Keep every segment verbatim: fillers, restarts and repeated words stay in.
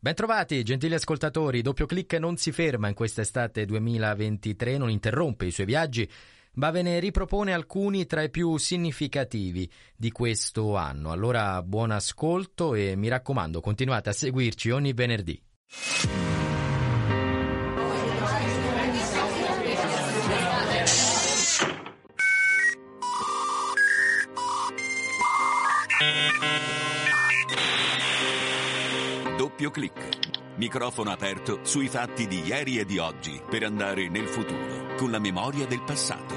Bentrovati, gentili ascoltatori. Doppio Click non si ferma in quest'estate duemilaventitré, non interrompe i suoi viaggi, ma ve ne ripropone alcuni tra i più significativi di questo anno. Allora buon ascolto e mi raccomando, continuate a seguirci ogni venerdì. Doppio Click. Microfono aperto sui fatti di ieri e di oggi per andare nel futuro con la memoria del passato.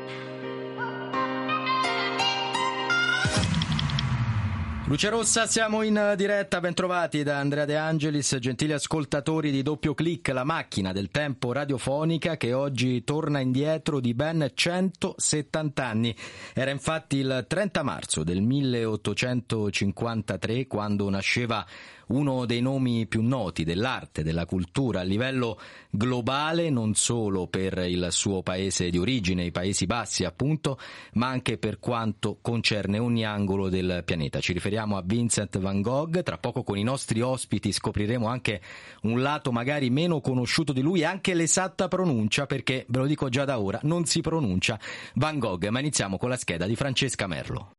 Luce Rossa, siamo in diretta, bentrovati da Andrea De Angelis, gentili ascoltatori di Doppio Click, la macchina del tempo radiofonica che oggi torna indietro di ben centosettanta anni. Era infatti il trenta marzo del milleottocentocinquantatré quando nasceva uno dei nomi più noti dell'arte, della cultura a livello globale, non solo per il suo paese di origine, i Paesi Bassi appunto, ma anche per quanto concerne ogni angolo del pianeta. Ci riferiamo a Vincent van Gogh. Tra poco con i nostri ospiti scopriremo anche un lato magari meno conosciuto di lui, anche l'esatta pronuncia, perché ve lo dico già da ora, non si pronuncia Van Gogh. Ma iniziamo con la scheda di Francesca Merlo.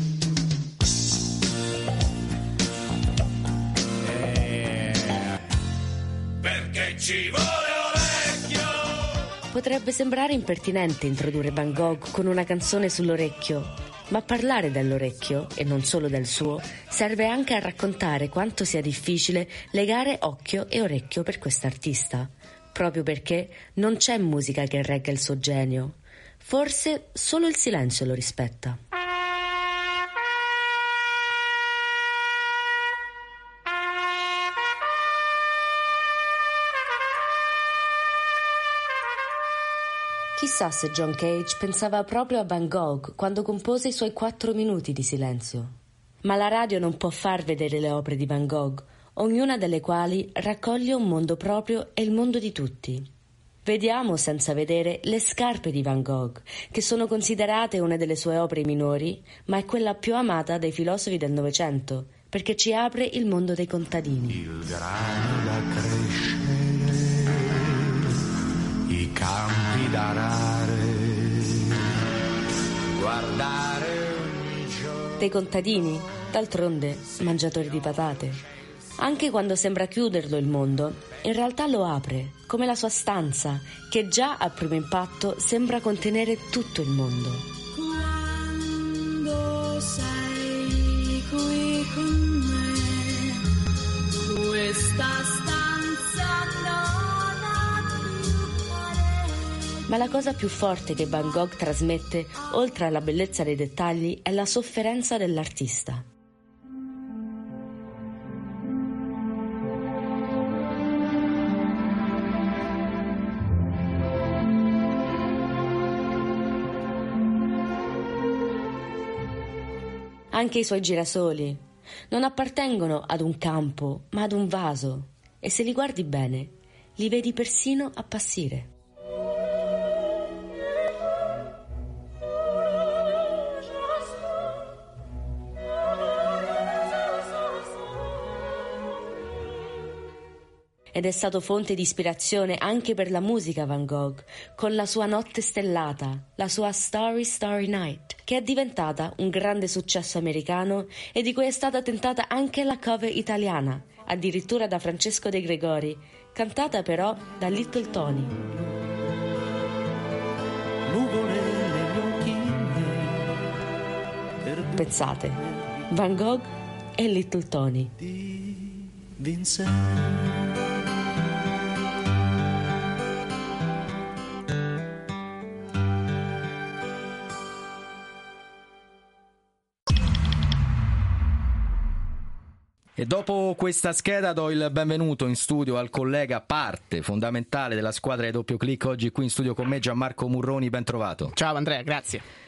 Ci vuole orecchio. Potrebbe sembrare impertinente introdurre Van Gogh con una canzone sull'orecchio, ma parlare dell'orecchio, e non solo del suo, serve anche a raccontare quanto sia difficile legare occhio e orecchio per quest'artista, proprio perché non c'è musica che regga il suo genio. Forse solo il silenzio lo rispetta. Chissà se John Cage pensava proprio a Van Gogh quando compose i suoi quattro minuti di silenzio. Ma la radio non può far vedere le opere di Van Gogh, ognuna delle quali raccoglie un mondo proprio e il mondo di tutti. Vediamo senza vedere le scarpe di Van Gogh, che sono considerate una delle sue opere minori, ma è quella più amata dai filosofi del Novecento, perché ci apre il mondo dei contadini. Il grano da crescere, i campi da arare, guardare ogni giorno. Dei contadini, d'altronde, mangiatori di patate. Anche quando sembra chiuderlo il mondo, in realtà lo apre, come la sua stanza, che già a primo impatto sembra contenere tutto il mondo. Quando sei qui con me, questa stanza non ha più pareti. Ma la cosa più forte che Van Gogh trasmette, oltre alla bellezza dei dettagli, è la sofferenza dell'artista. Anche i suoi girasoli non appartengono ad un campo, ma ad un vaso, e se li guardi bene, li vedi persino appassire. Ed è stato fonte di ispirazione anche per la musica Van Gogh, con la sua Notte stellata, la sua Starry Starry Night, che è diventata un grande successo americano e di cui è stata tentata anche la cover italiana, addirittura da Francesco De Gregori, cantata però da Little Tony. Nuvole negli occhi miei. Pensate, Van Gogh e Little Tony. Di Vincent. E dopo questa scheda do il benvenuto in studio al collega parte fondamentale della squadra di Doppio Click, oggi qui in studio con me Gianmarco Murroni, ben trovato. Ciao Andrea, grazie.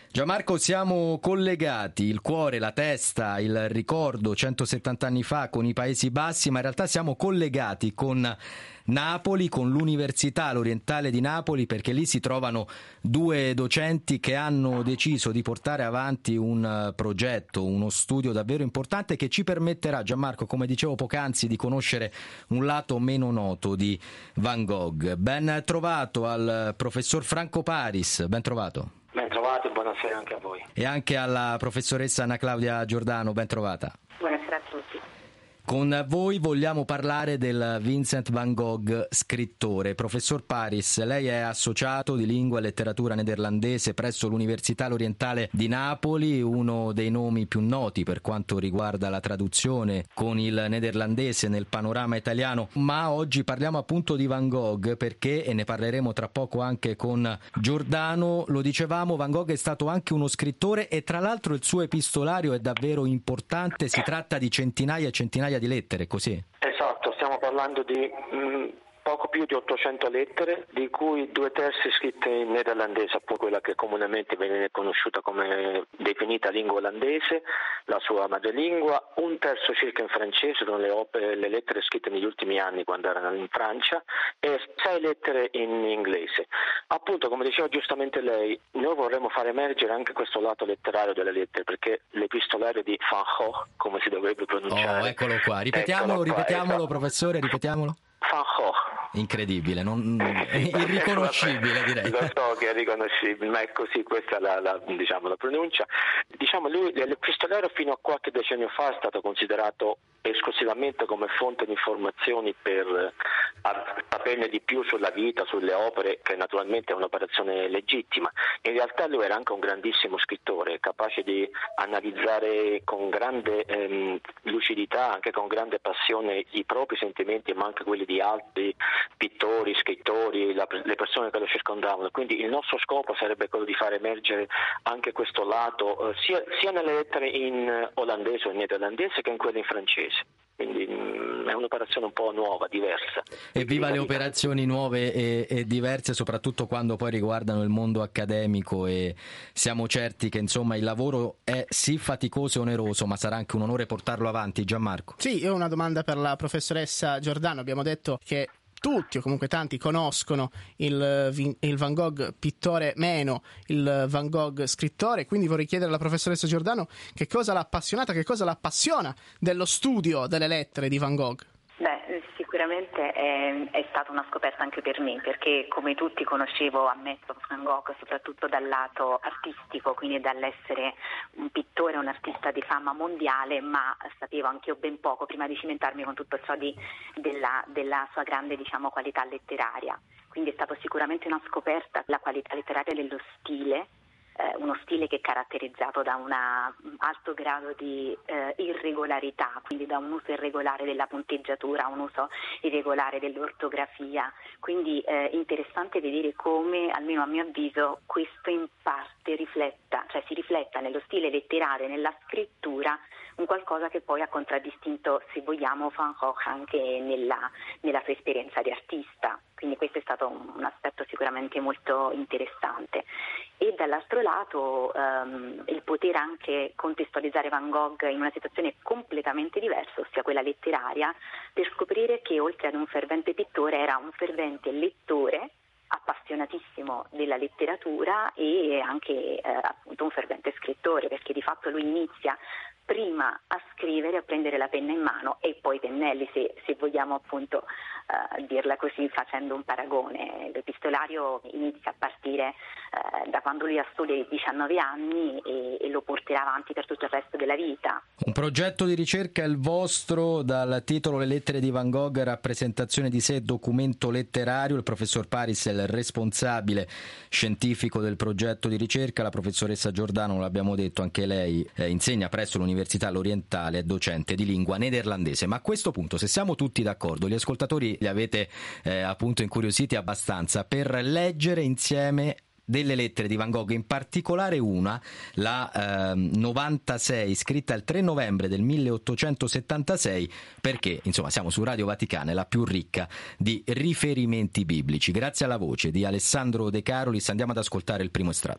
Gianmarco, siamo collegati, il cuore, la testa, il ricordo centosettanta anni fa con i Paesi Bassi, ma in realtà siamo collegati con Napoli, con l'Università L'Orientale di Napoli, perché lì si trovano due docenti che hanno deciso di portare avanti un progetto, uno studio davvero importante che ci permetterà, Gianmarco, come dicevo poc'anzi, di conoscere un lato meno noto di Van Gogh. Ben trovato al professor Franco Paris, ben trovato. Ben trovato e buonasera anche a voi. E anche alla professoressa Anna Claudia Giordano, ben trovata. Buonasera a tutti. Con voi vogliamo parlare del Vincent van Gogh scrittore. Professor Paris, lei è associato di lingua e letteratura nederlandese presso l'Università L'Orientale di Napoli, uno dei nomi più noti per quanto riguarda la traduzione con il nederlandese nel panorama italiano, ma oggi parliamo appunto di Van Gogh perché, e ne parleremo tra poco anche con Giordano, lo dicevamo, Van Gogh è stato anche uno scrittore e tra l'altro il suo epistolario è davvero importante, si tratta di centinaia e centinaia di lettere, così? Esatto, stiamo parlando di mh, poco più di ottocento lettere, di cui due terzi scritte in nederlandese, appunto quella che comunemente viene conosciuta come definita lingua olandese, la sua madrelingua, un terzo circa in francese, sono le opere, le lettere scritte negli ultimi anni quando erano in Francia, e sei lettere in inglese. Appunto, come diceva giustamente lei, noi vorremmo far emergere anche questo lato letterario delle lettere, perché l'epistolario di Van Gogh, come si dovrebbe pronunciare... Oh, eccolo qua, ripetiamolo, eccolo qua, ripetiamolo, esatto. professore, ripetiamolo. Van Gogh. Incredibile, non, irriconoscibile direi. Lo so che è riconoscibile, ma è così, questa è la, la, diciamo, la pronuncia. Diciamo, lui, l'epistolario fino a qualche decennio fa è stato considerato esclusivamente come fonte di informazioni per saperne di più sulla vita, sulle opere, che naturalmente è un'operazione legittima. In realtà lui era anche un grandissimo scrittore, capace di analizzare con grande ehm, lucidità, anche con grande passione i propri sentimenti, ma anche quelli di altri pittori, scrittori, la, le persone che lo circondavano. Quindi il nostro scopo sarebbe quello di far emergere anche questo lato, eh, sia, sia nelle lettere in olandese o in nederlandese che in quelle in francese. Quindi mh, è un'operazione un po' nuova, diversa. Evviva le operazioni nuove e, e diverse, soprattutto quando poi riguardano il mondo accademico, e siamo certi che insomma il lavoro è sì faticoso e oneroso, ma sarà anche un onore portarlo avanti. Gianmarco. Sì, io ho una domanda per la professoressa Giordano. Abbiamo detto che tutti o comunque tanti conoscono il, il Van Gogh pittore, meno il Van Gogh scrittore, quindi vorrei chiedere alla professoressa Giordano che cosa l'ha appassionata, che cosa l'appassiona dello studio delle lettere di Van Gogh. Beh, sicuramente è, è stata una scoperta anche per me, perché come tutti conoscevo, ammetto, Van Gogh soprattutto dal lato artistico, quindi dall'essere un pittore, un artista di fama mondiale, ma sapevo anche io ben poco prima di cimentarmi con tutto ciò di, della, della sua grande, diciamo, qualità letteraria. Quindi è stato sicuramente una scoperta la qualità letteraria dello stile, eh, uno stile che è caratterizzato da un alto grado di eh, irregolarità, quindi da un uso irregolare della punteggiatura, un uso irregolare dell'ortografia. Quindi è eh, interessante vedere come, almeno a mio avviso, questo in parte rifletta, cioè si rifletta nello stile letterario e nella scrittura un qualcosa che poi ha contraddistinto, se vogliamo, Van Gogh anche nella, nella sua esperienza di artista. Quindi questo è stato un, un aspetto sicuramente molto interessante. E dall'altro lato um, il poter anche contestualizzare Van Gogh in una situazione completamente diversa, ossia quella letteraria, per scoprire che oltre ad un fervente pittore era un fervente lettore, appassionatissimo della letteratura e anche eh, appunto un fervente scrittore, perché di fatto lui inizia prima a scrivere, a prendere la penna in mano e poi i pennelli, se, se vogliamo appunto uh, dirla così, facendo un paragone. L'epistolario inizia a partire uh, da quando lui ha soli diciannove anni e, e lo porterà avanti per tutto il resto della vita. Un progetto di ricerca è il vostro, dal titolo Le lettere di Van Gogh, rappresentazione di sé, documento letterario. Il professor Paris è il responsabile scientifico del progetto di ricerca, la professoressa Giordano, l'abbiamo detto, anche lei eh, insegna presso l'Università L'Orientale, è docente di lingua nederlandese. Ma a questo punto, se siamo tutti d'accordo, gli ascoltatori li avete eh, appunto incuriositi abbastanza per leggere insieme delle lettere di Van Gogh, in particolare una, la eh, novantasei, scritta il tre novembre del milleottocentosettantasei, perché insomma siamo su Radio Vaticana, è la più ricca di riferimenti biblici. Grazie alla voce di Alessandro De Carolis andiamo ad ascoltare il primo estratto.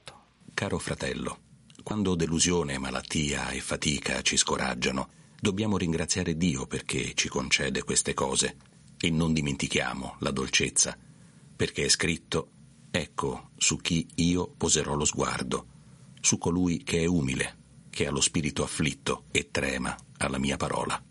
Caro fratello, quando delusione, malattia e fatica ci scoraggiano, dobbiamo ringraziare Dio perché ci concede queste cose e non dimentichiamo la dolcezza, perché è scritto: ecco su chi io poserò lo sguardo, su colui che è umile, che ha lo spirito afflitto e trema alla mia parola.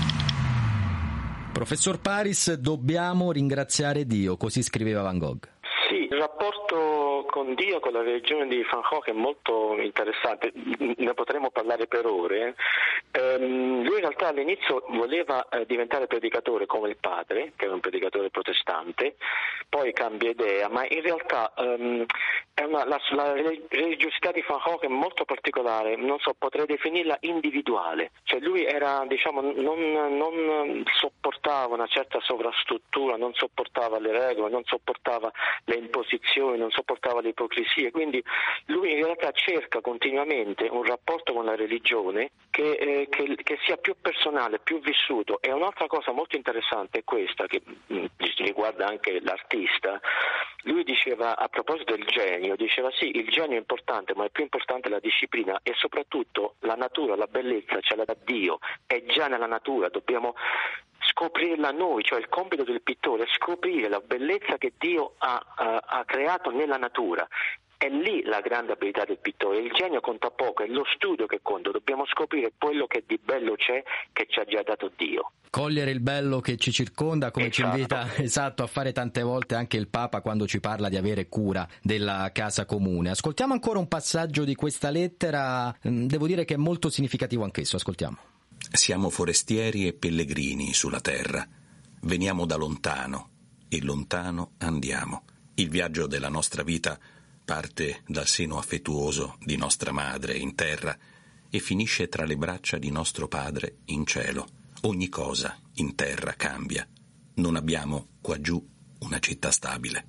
Professor Paris, dobbiamo ringraziare Dio, così scriveva Van Gogh. Sì, il rapporto con Dio, con la religione di Van Gogh è molto interessante, ne potremmo parlare per ore. Ehm, lui in realtà all'inizio voleva eh, diventare predicatore come il padre, che era un predicatore protestante, poi cambia idea, ma in realtà ehm, è una, la, la religiosità di Van Gogh è molto particolare, non so, potrei definirla individuale, cioè lui era, diciamo, non, non sopportava una certa sovrastruttura, non sopportava le regole, non sopportava le imposizioni, non sopportava le ipocrisie, quindi lui in realtà cerca continuamente un rapporto con la religione che, eh, che, che sia più personale, più vissuto. E un'altra cosa molto interessante è questa, che mh, riguarda anche l'artista. Lui diceva, a proposito del genio, diceva sì, il genio è importante, ma è più importante la disciplina e soprattutto la natura, la bellezza ce l'ha da Dio, è già nella natura, dobbiamo scoprirla noi, cioè il compito del pittore è scoprire la bellezza che Dio ha, ha, ha creato nella natura. È lì la grande abilità del pittore, il genio conta poco, è lo studio che conta, dobbiamo scoprire quello che di bello c'è, che ci ha già dato Dio. Cogliere il bello che ci circonda, come esatto. ci invita esatto a fare tante volte anche il Papa quando ci parla di avere cura della casa comune. Ascoltiamo ancora un passaggio di questa lettera, devo dire che è molto significativo anch'esso, ascoltiamo. Siamo forestieri e pellegrini sulla terra, veniamo da lontano e lontano andiamo. Il viaggio della nostra vita parte dal seno affettuoso di nostra madre in terra e finisce tra le braccia di nostro padre in cielo. Ogni cosa in terra cambia. Non abbiamo qua giù una città stabile.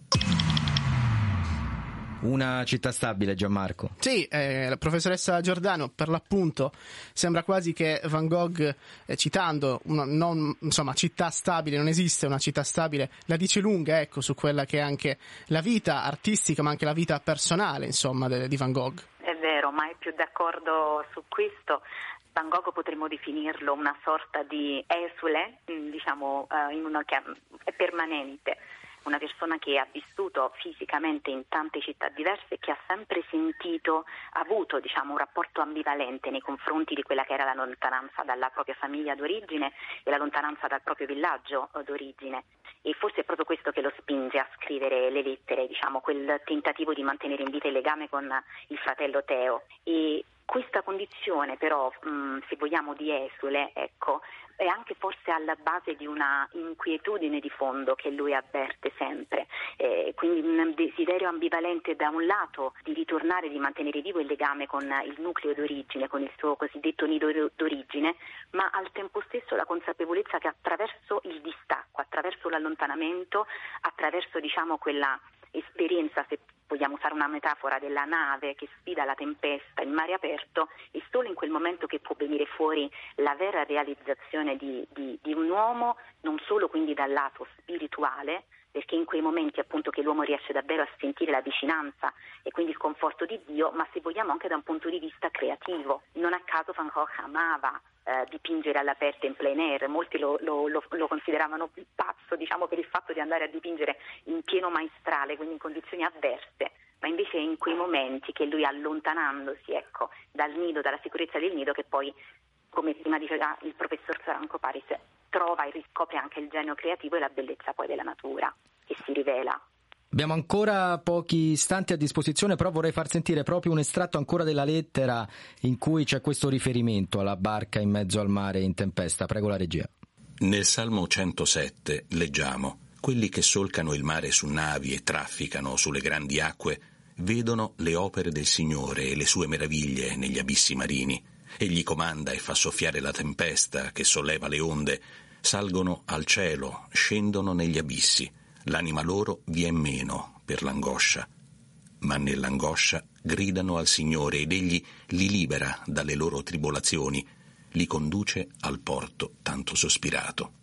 Una città stabile, Gianmarco. Sì, eh, la professoressa Giordano, per l'appunto, sembra quasi che Van Gogh, eh, citando una non, insomma, città stabile, non esiste una città stabile, la dice lunga, ecco, su quella che è anche la vita artistica, ma anche la vita personale, insomma, de, di Van Gogh. È vero, ma è più d'accordo su questo. Van Gogh potremmo definirlo una sorta di esule, diciamo, eh, in una, che è permanente. Una persona che ha vissuto fisicamente in tante città diverse e che ha sempre sentito, avuto diciamo un rapporto ambivalente nei confronti di quella che era la lontananza dalla propria famiglia d'origine e la lontananza dal proprio villaggio d'origine. E forse è proprio questo che lo spinge a scrivere le lettere, diciamo quel tentativo di mantenere in vita il legame con il fratello Teo. E questa condizione però, mh, se vogliamo, di esule, ecco, è anche forse alla base di una inquietudine di fondo che lui avverte sempre, eh, quindi un desiderio ambivalente da un lato di ritornare, di mantenere vivo il legame con il nucleo d'origine, con il suo cosiddetto nido d'origine, ma al tempo stesso la consapevolezza che attraverso il distacco, attraverso l'allontanamento, attraverso diciamo quella esperienza, se vogliamo usare una metafora, della nave che sfida la tempesta in mare aperto, è solo in quel momento che può venire fuori la vera realizzazione di, di, di un uomo, non solo quindi dal lato spirituale, perché in quei momenti appunto che l'uomo riesce davvero a sentire la vicinanza e quindi il conforto di Dio, ma se vogliamo anche da un punto di vista creativo. Non a caso Van Gogh amava eh, dipingere all'aperto in plein air, molti lo, lo, lo, lo consideravano pazzo, diciamo, per il fatto di andare a dipingere in pieno maestrale, quindi in condizioni avverse, ma invece è in quei momenti che lui, allontanandosi ecco dal nido, dalla sicurezza del nido, che poi, come prima diceva il professor Franco Paris, trova e riscopre anche il genio creativo e la bellezza poi della natura che si rivela. Abbiamo ancora pochi istanti a disposizione, però vorrei far sentire proprio un estratto ancora della lettera in cui c'è questo riferimento alla barca in mezzo al mare in tempesta. Prego la regia. Nel Salmo centosette leggiamo: quelli che solcano il mare su navi e trafficano sulle grandi acque vedono le opere del Signore e le sue meraviglie negli abissi marini. Egli comanda e fa soffiare la tempesta che solleva le onde, salgono al cielo, scendono negli abissi. L'anima loro vien meno per l'angoscia, ma nell'angoscia gridano al Signore ed Egli li libera dalle loro tribolazioni, li conduce al porto tanto sospirato.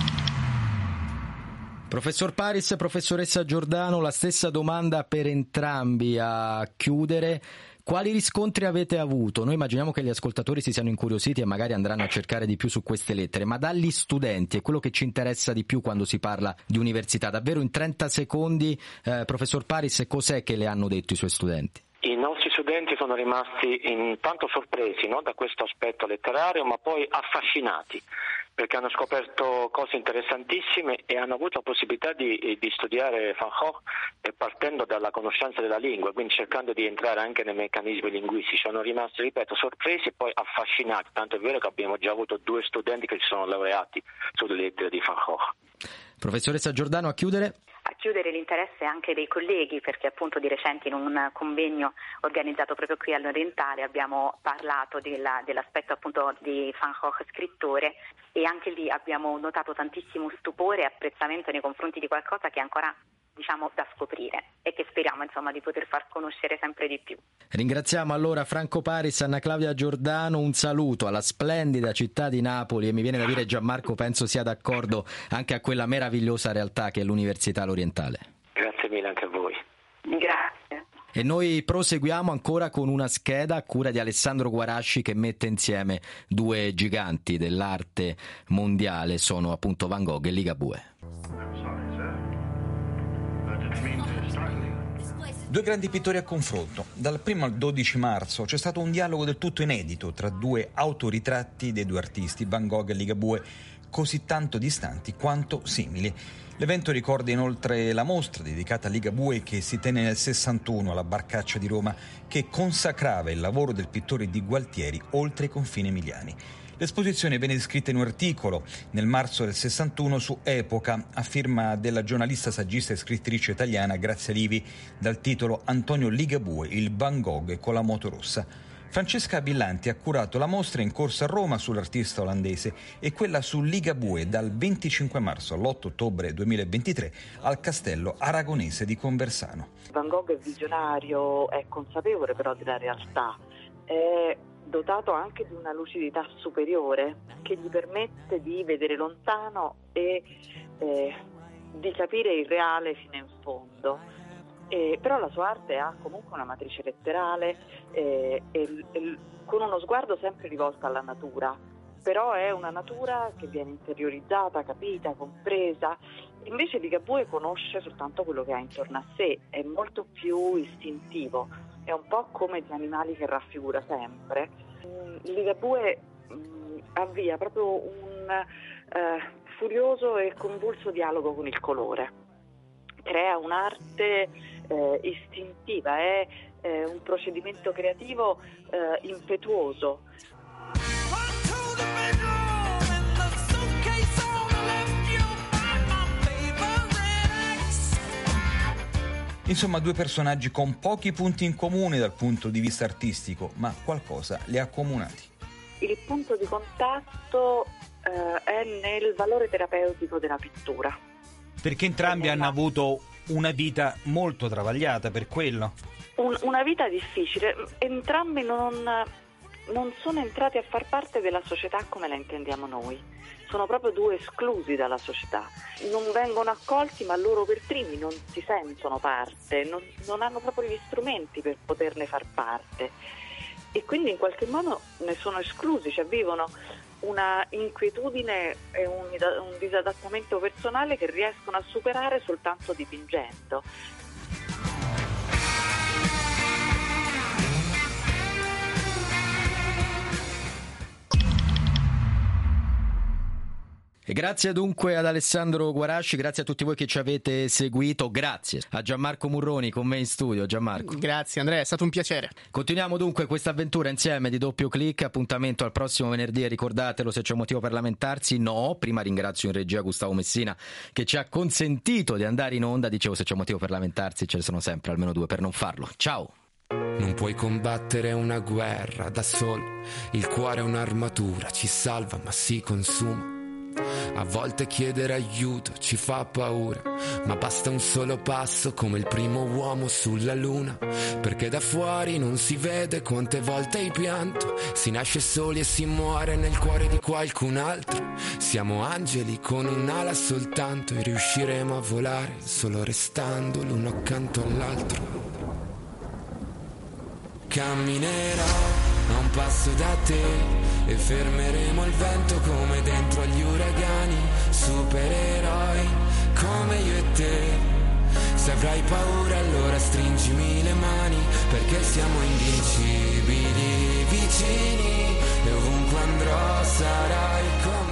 Professor Paris, professoressa Giordano, la stessa domanda per entrambi a chiudere. Quali riscontri avete avuto? Noi immaginiamo che gli ascoltatori si siano incuriositi e magari andranno a cercare di più su queste lettere, ma dagli studenti è quello che ci interessa di più quando si parla di università. Davvero in trenta secondi, eh, professor Paris, cos'è che le hanno detto i suoi studenti? I nostri studenti sono rimasti intanto sorpresi, no, da questo aspetto letterario, ma poi affascinati, perché hanno scoperto cose interessantissime e hanno avuto la possibilità di, di studiare Van Gogh partendo dalla conoscenza della lingua, quindi cercando di entrare anche nei meccanismi linguistici. Sono rimasti, ripeto, sorpresi e poi affascinati, tanto è vero che abbiamo già avuto due studenti che si sono laureati sulle lettere di Van Gogh. Professoressa Giordano, a chiudere? A chiudere l'interesse anche dei colleghi, perché appunto di recente in un convegno organizzato proprio qui all'Orientale abbiamo parlato della, dell'aspetto appunto di Van Gogh scrittore, e anche lì abbiamo notato tantissimo stupore e apprezzamento nei confronti di qualcosa che è ancora, diciamo, da scoprire e che speriamo insomma di poter far conoscere sempre di più. Ringraziamo allora Franco Paris, Anna Claudia Giordano, un saluto alla splendida città di Napoli, e mi viene da dire Gianmarco penso sia d'accordo anche a quella meravigliosa realtà che è l'Università L'Orientale. Grazie mille anche a voi. Grazie. E noi proseguiamo ancora con una scheda a cura di Alessandro Guarasci che mette insieme due giganti dell'arte mondiale, sono appunto Van Gogh e Ligabue. Due grandi pittori a confronto. Dal primo al dodici marzo c'è stato un dialogo del tutto inedito tra due autoritratti dei due artisti, Van Gogh e Ligabue, così tanto distanti quanto simili. L'evento ricorda inoltre la mostra dedicata a Ligabue che si tenne nel sessantuno alla Barcaccia di Roma, che consacrava il lavoro del pittore di Gualtieri oltre i confini emiliani. L'esposizione venne descritta in un articolo nel marzo del sessantuno su Epoca, a firma della giornalista, saggista e scrittrice italiana Grazia Livi, dal titolo Antonio Ligabue, il Van Gogh con la moto rossa. Francesca Billanti ha curato la mostra in corso a Roma sull'artista olandese e quella su Ligabue dal venticinque marzo all'otto ottobre duemilaventitré al Castello Aragonese di Conversano. Van Gogh è visionario, è consapevole però della realtà, è dotato anche di una lucidità superiore che gli permette di vedere lontano e eh, di capire il reale fino in fondo. Eh, però la sua arte ha comunque una matrice letterale eh, e, e, con uno sguardo sempre rivolto alla natura, però è una natura che viene interiorizzata, capita, compresa. Invece Ligabue conosce soltanto quello che ha intorno a sé, è molto più istintivo, è un po' come gli animali che raffigura sempre. Ligabue mh, avvia proprio un eh, furioso e convulso dialogo con il colore, crea un'arte eh, istintiva, è eh, un procedimento creativo eh, impetuoso. Insomma, due personaggi con pochi punti in comune dal punto di vista artistico, ma qualcosa li ha accomunati. Il punto di contatto eh, è nel valore terapeutico della pittura. Perché entrambi hanno avuto una vita molto travagliata per quello. Un, una vita difficile, entrambi non, non sono entrati a far parte della società come la intendiamo noi, sono proprio due esclusi dalla società, non vengono accolti ma loro per primi non si sentono parte, non, non hanno proprio gli strumenti per poterne far parte e quindi in qualche modo ne sono esclusi, cioè vivono una inquietudine e un, un disadattamento personale che riescono a superare soltanto dipingendo. E grazie dunque ad Alessandro Guarasci, grazie a tutti voi che ci avete seguito, grazie a Gianmarco Murroni con me in studio. Gianmarco. Grazie Andrea, è stato un piacere. Continuiamo dunque questa avventura insieme di Doppio Clic, appuntamento al prossimo venerdì e ricordatelo, se c'è un motivo per lamentarsi, no, prima ringrazio in regia Gustavo Messina che ci ha consentito di andare in onda, dicevo se c'è un motivo per lamentarsi ce ne sono sempre almeno due per non farlo. Ciao! Non puoi combattere una guerra da solo, il cuore è un'armatura, ci salva ma si consuma. A volte chiedere aiuto ci fa paura, ma basta un solo passo come il primo uomo sulla luna, perché da fuori non si vede quante volte hai pianto, si nasce soli e si muore nel cuore di qualcun altro. Siamo angeli con un'ala soltanto e riusciremo a volare solo restando l'uno accanto all'altro. camminerò a un passo da te e fermeremo il vento come dentro agli uragani, supereroi come io e te. Se avrai paura allora stringimi le mani, perché siamo invincibili, vicini, e ovunque andrò sarai con